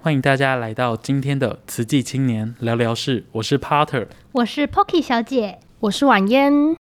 欢迎大家来到今天的慈济青年聊聊室，我是 Potter， 我是 Pocky 小姐， 我是婉嫣。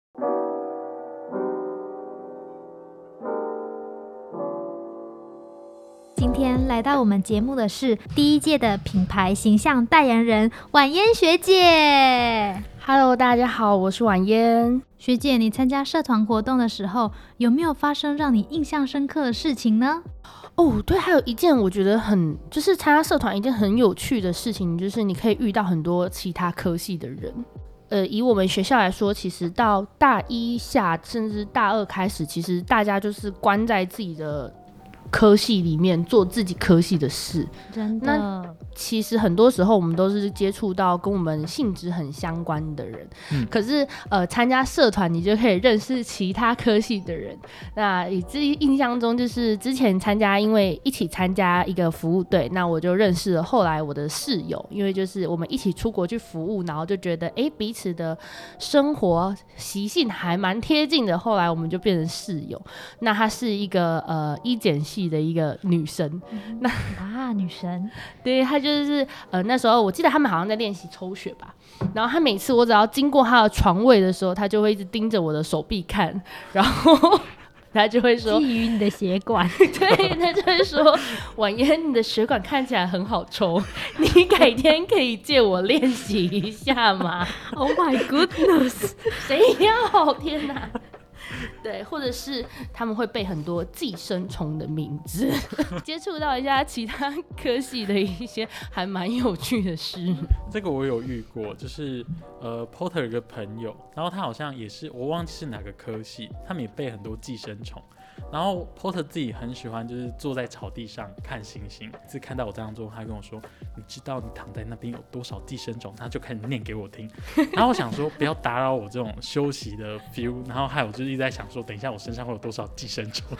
今天来到我们节目的是第一届的品牌形象代言人婉嫣学姐。 Hello， 大家好，我是婉嫣。 学姐，你参加社团活动的时候，有没有发生让你印象深刻的事情呢？ 哦，对，还有一件我觉得就是参加社团一件很有趣的事情，就是你可以遇到很多其他科系的人。以我们学校来说，其实到大一下甚至大二开始，其实大家就是关在自己的科系里面做自己科系的事。 真的， 那其实很多时候我们都是接触到跟我们性质很相关的人，可是参加社团你就可以认识其他科系的人。那以自己印象中，就是之前因为一起参加一个服务队，那我就认识了后来我的室友，因为就是我们一起出国去服务，然后就觉得彼此的生活习性还蛮贴近的，后来我们就变成室友。那她是一个医检系的一个女生， 女神， 对，她就是那时候我记得他们好像在练习抽血吧，然后她每次我只要经过她的床位的时候，她就会一直盯着我的手臂看，然后她就会说觊觎你的血管。 对，她就会说婉嫣，你的血管看起来很好抽，你改天可以借我练习一下吗？ Oh my goodness， 谁要？天哪！对，或者是他们会背很多寄生虫的名字，接触到一下其他科系的一些还蛮有趣的事。 这个我有遇过，就是Porter 有个朋友，然后他好像也是我忘记是哪个科系，他们也背很多寄生虫。然后 Porter 自己很喜欢就是坐在草地上看星星，一次看到我这样做，他跟我说，你知道你躺在那边有多少寄生虫？他就开始念给我听。然后我想说不要打扰我这种休息的 feel， 然后还有就是一直在想说等一下我身上会有多少寄生虫。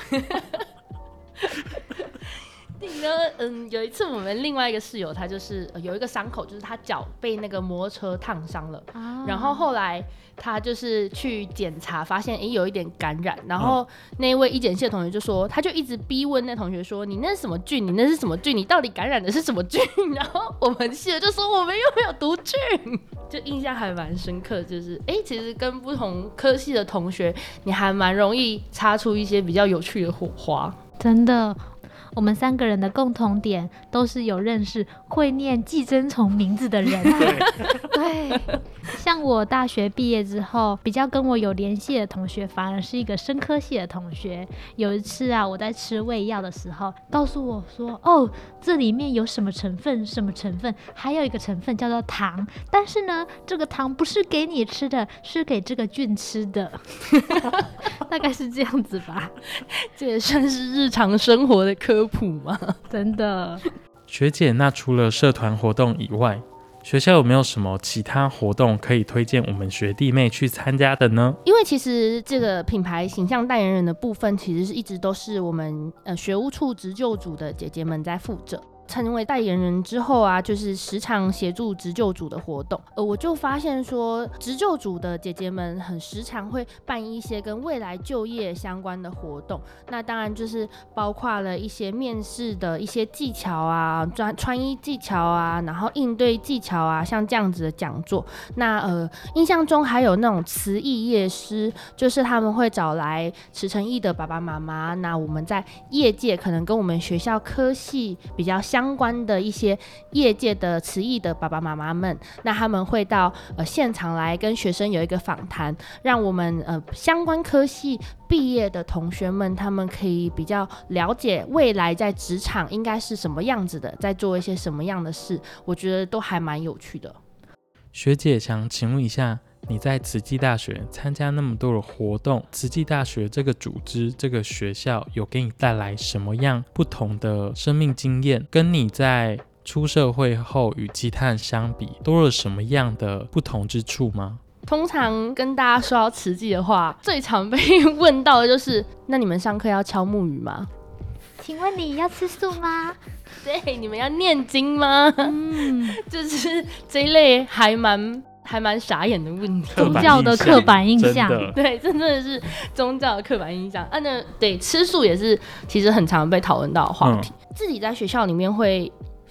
有一次我们另外一个室友，他就是有一个伤口，就是他脚被那个摩托车烫伤了，然后后来他就是去检查，发现有一点感染，然后那位医检系的同学就说，他就一直逼问那同学说，你那是什么菌？你那是什么菌？你到底感染的是什么菌？然后我们系的就说我们又没有毒菌，就印象还蛮深刻，就是其实跟不同科系的同学，你还蛮容易擦出一些比较有趣的火花， 真的。我们三个人的共同点都是有认识会念寄生虫名字的人。对，像我大学毕业之后，比较跟我有联系的同学，反而是一个生科系的同学。有一次啊，我在吃胃药的时候，告诉我说，这里面有什么成分，什么成分，还有一个成分叫做糖，但是呢，这个糖不是给你吃的，是给这个菌吃的。大概是这样子吧。 这也算是日常生活的科普吗？ 真的。 学姐，那除了社团活动以外，学校有没有什么其他活动可以推荐我们学弟妹去参加的呢？ 因为其实这个品牌形象代言人的部分，其实一直都是我们学务处职救组的姐姐们在负责。成为代言人之后啊，就是时常协助职救组的活动。我就发现说，职救组的姐姐们很时常会办一些跟未来就业相关的活动。那当然就是包括了一些面试的一些技巧啊、穿衣技巧啊，然后应对技巧啊，像这样子的讲座。那印象中还有那种词艺业师，就是他们会找来慈诚义的爸爸妈妈。那我们在业界可能跟我们学校科系比较相关的一些业界的词艺的爸爸妈妈们，那他们会到现场来跟学生有一个访谈，让我们相关科系毕业的同学们，他们可以比较了解未来在职场应该是什么样子的，在做一些什么样的事，我觉得都还蛮有趣的。 学姐想请问一下，你在慈济大学参加那么多的活动，慈济大学这个组织这个学校有给你带来什么样不同的生命经验，跟你在出社会后与其他人相比多了什么样的不同之处吗？ 通常跟大家说到慈济的话，最常被问到的就是那你们上课要敲木鱼吗？ 请问你要吃素吗？ 对，你们要念经吗？就是这一类还蛮傻眼的问题， 宗教的刻板印象， 对，真的是宗教的刻板印象。对，吃素也是其实很常被讨论到的话题。自己在学校里面会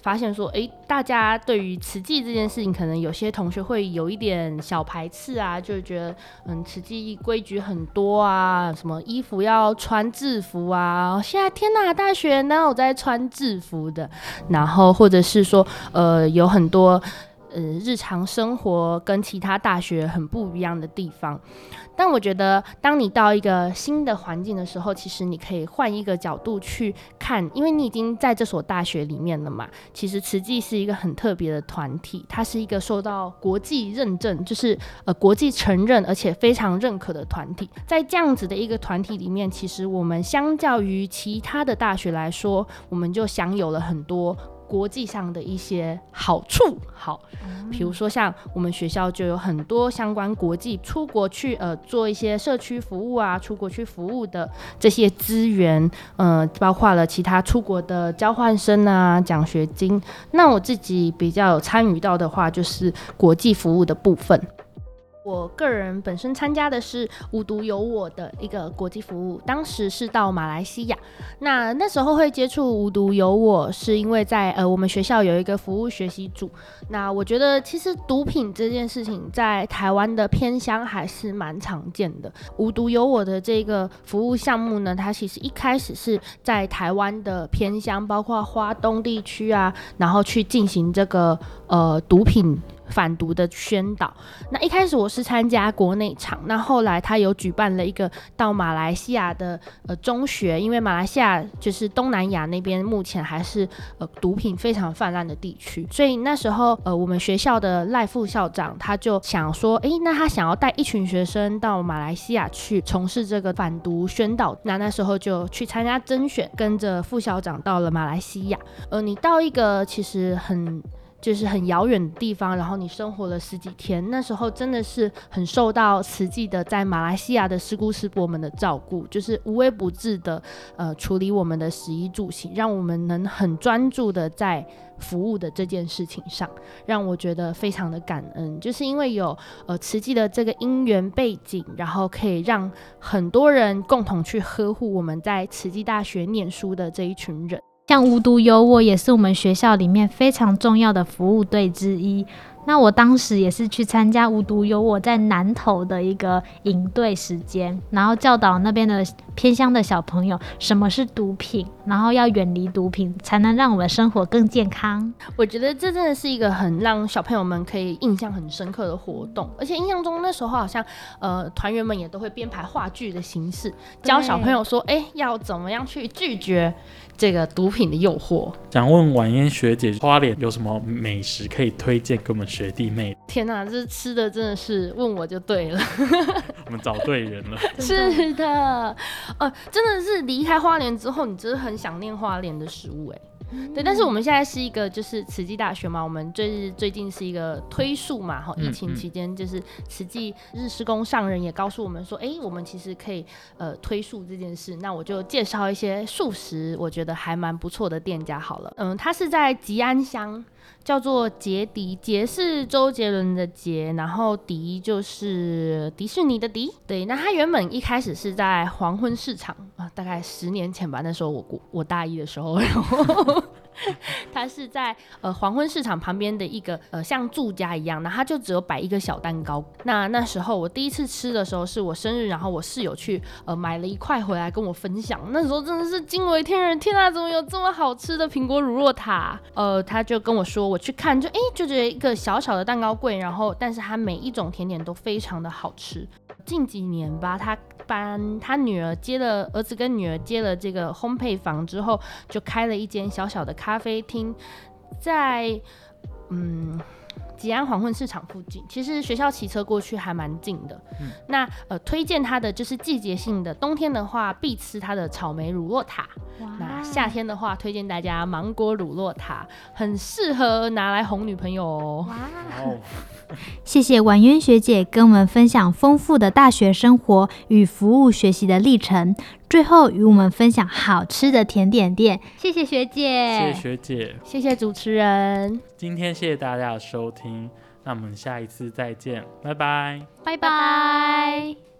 发现说，大家对于慈济这件事情，可能有些同学会有一点小排斥啊，就觉得慈济规矩很多啊，什么衣服要穿制服啊，现在天哪，大学哪有在穿制服的？然后或者是说有很多日常生活跟其他大学很不一样的地方。但我觉得当你到一个新的环境的时候，其实你可以换一个角度去看，因为你已经在这所大学里面了嘛。其实慈济是一个很特别的团体，它是一个受到国际认证，就是国际承认而且非常认可的团体。在这样子的一个团体里面，其实我们相较于其他的大学来说，我们就享有了很多国际上的一些好处。好，比如说像我们学校就有很多相关国际出国去做一些社区服务啊，出国去服务的这些资源，包括了其他出国的交换生啊、奖学金。那我自己比较有参与到的话，就是国际服务的部分。我个人本身参加的是无独有我的一个国际服务，当时是到马来西亚。那时候会接触无独有我，是因为在我们学校有一个服务学习组。那我觉得其实毒品这件事情在台湾的偏乡还是蛮常见的。无独有我的这个服务项目呢，它其实一开始是在台湾的偏乡，包括花东地区啊，然后去进行这个毒品反毒的宣导。那一开始我是参加国内场，那后来他有举办了一个到马来西亚的中学，因为马来西亚就是东南亚那边目前还是毒品非常泛滥的地区，所以那时候我们学校的赖副校长他就想说，那他想要带一群学生到马来西亚去从事这个反毒宣导。那时候就去参加甄选，跟着副校长到了马来西亚。你到一个其实就是很遥远的地方，然后你生活了10几天，那时候真的是很受到慈济的在马来西亚的师姑师伯们的照顾，就是无微不至的处理我们的食衣住行，让我们能很专注的在服务的这件事情上，让我觉得非常的感恩。就是因为有慈济的这个因缘背景，然后可以让很多人共同去呵护我们在慈济大学念书的这一群人。 像无独有我也是我们学校里面非常重要的服务队之一。那我当时也是去参加无独有我在南投的一个营队时间，然后教导那边的偏乡的小朋友什么是毒品，然后要远离毒品，才能让我们生活更健康。 我觉得这真的是一个很让小朋友们可以印象很深刻的活动，而且印象中那时候好像团员们也都会编排话剧的形式，教小朋友说要怎么样去拒绝这个毒品的诱惑。 想问婉嫣学姐，花莲有什么美食可以推荐给我们学弟妹？ 天哪，这吃的真的是问我就对了。 我们找对人了。 是的，真的是离开花莲之后，你真的很想念花莲的食物对，但是我们现在是一个就是慈济大学嘛，我们最近是一个推素嘛，疫情期间就是慈济日师公上人也告诉我们说，我们其实可以推素这件事。那我就介绍一些素食我觉得还蛮不错的店家好了。它是在吉安乡，叫做杰迪，杰是周杰伦的杰，然后迪就是迪士尼的迪。对，那它原本一开始是在黄昏市场大概10年前吧，那时候我大一的时候，然后它是在黄昏市场旁边的一个像住家一样，那它就只有摆一个小蛋糕。那时候我第一次吃的时候是我生日，然后我室友去买了1块回来跟我分享，那时候真的是惊为天人，天啊，怎么有这么好吃的苹果乳酪塔？他就跟我说，我去看就觉得一个小小的蛋糕柜，然后但是它每一种甜点都非常的好吃。近几年吧，他儿子跟女儿接了这个烘焙坊之后，就开了一间小小的咖啡厅，在吉安黄昏市场附近，其实学校骑车过去还蛮近的。那推荐它的就是季节性的，冬天的话必吃它的草莓乳酪塔，那夏天的话推荐大家芒果乳酪塔，很适合拿来哄女朋友哦。 谢谢婉嫣学姐跟我们分享丰富的大学生活与服务学习的历程，最后与我们分享好吃的甜点店。谢谢学姐。 谢谢学姐。 谢谢主持人。 今天谢谢大家的收听，那我们下一次再见，拜拜。 拜拜。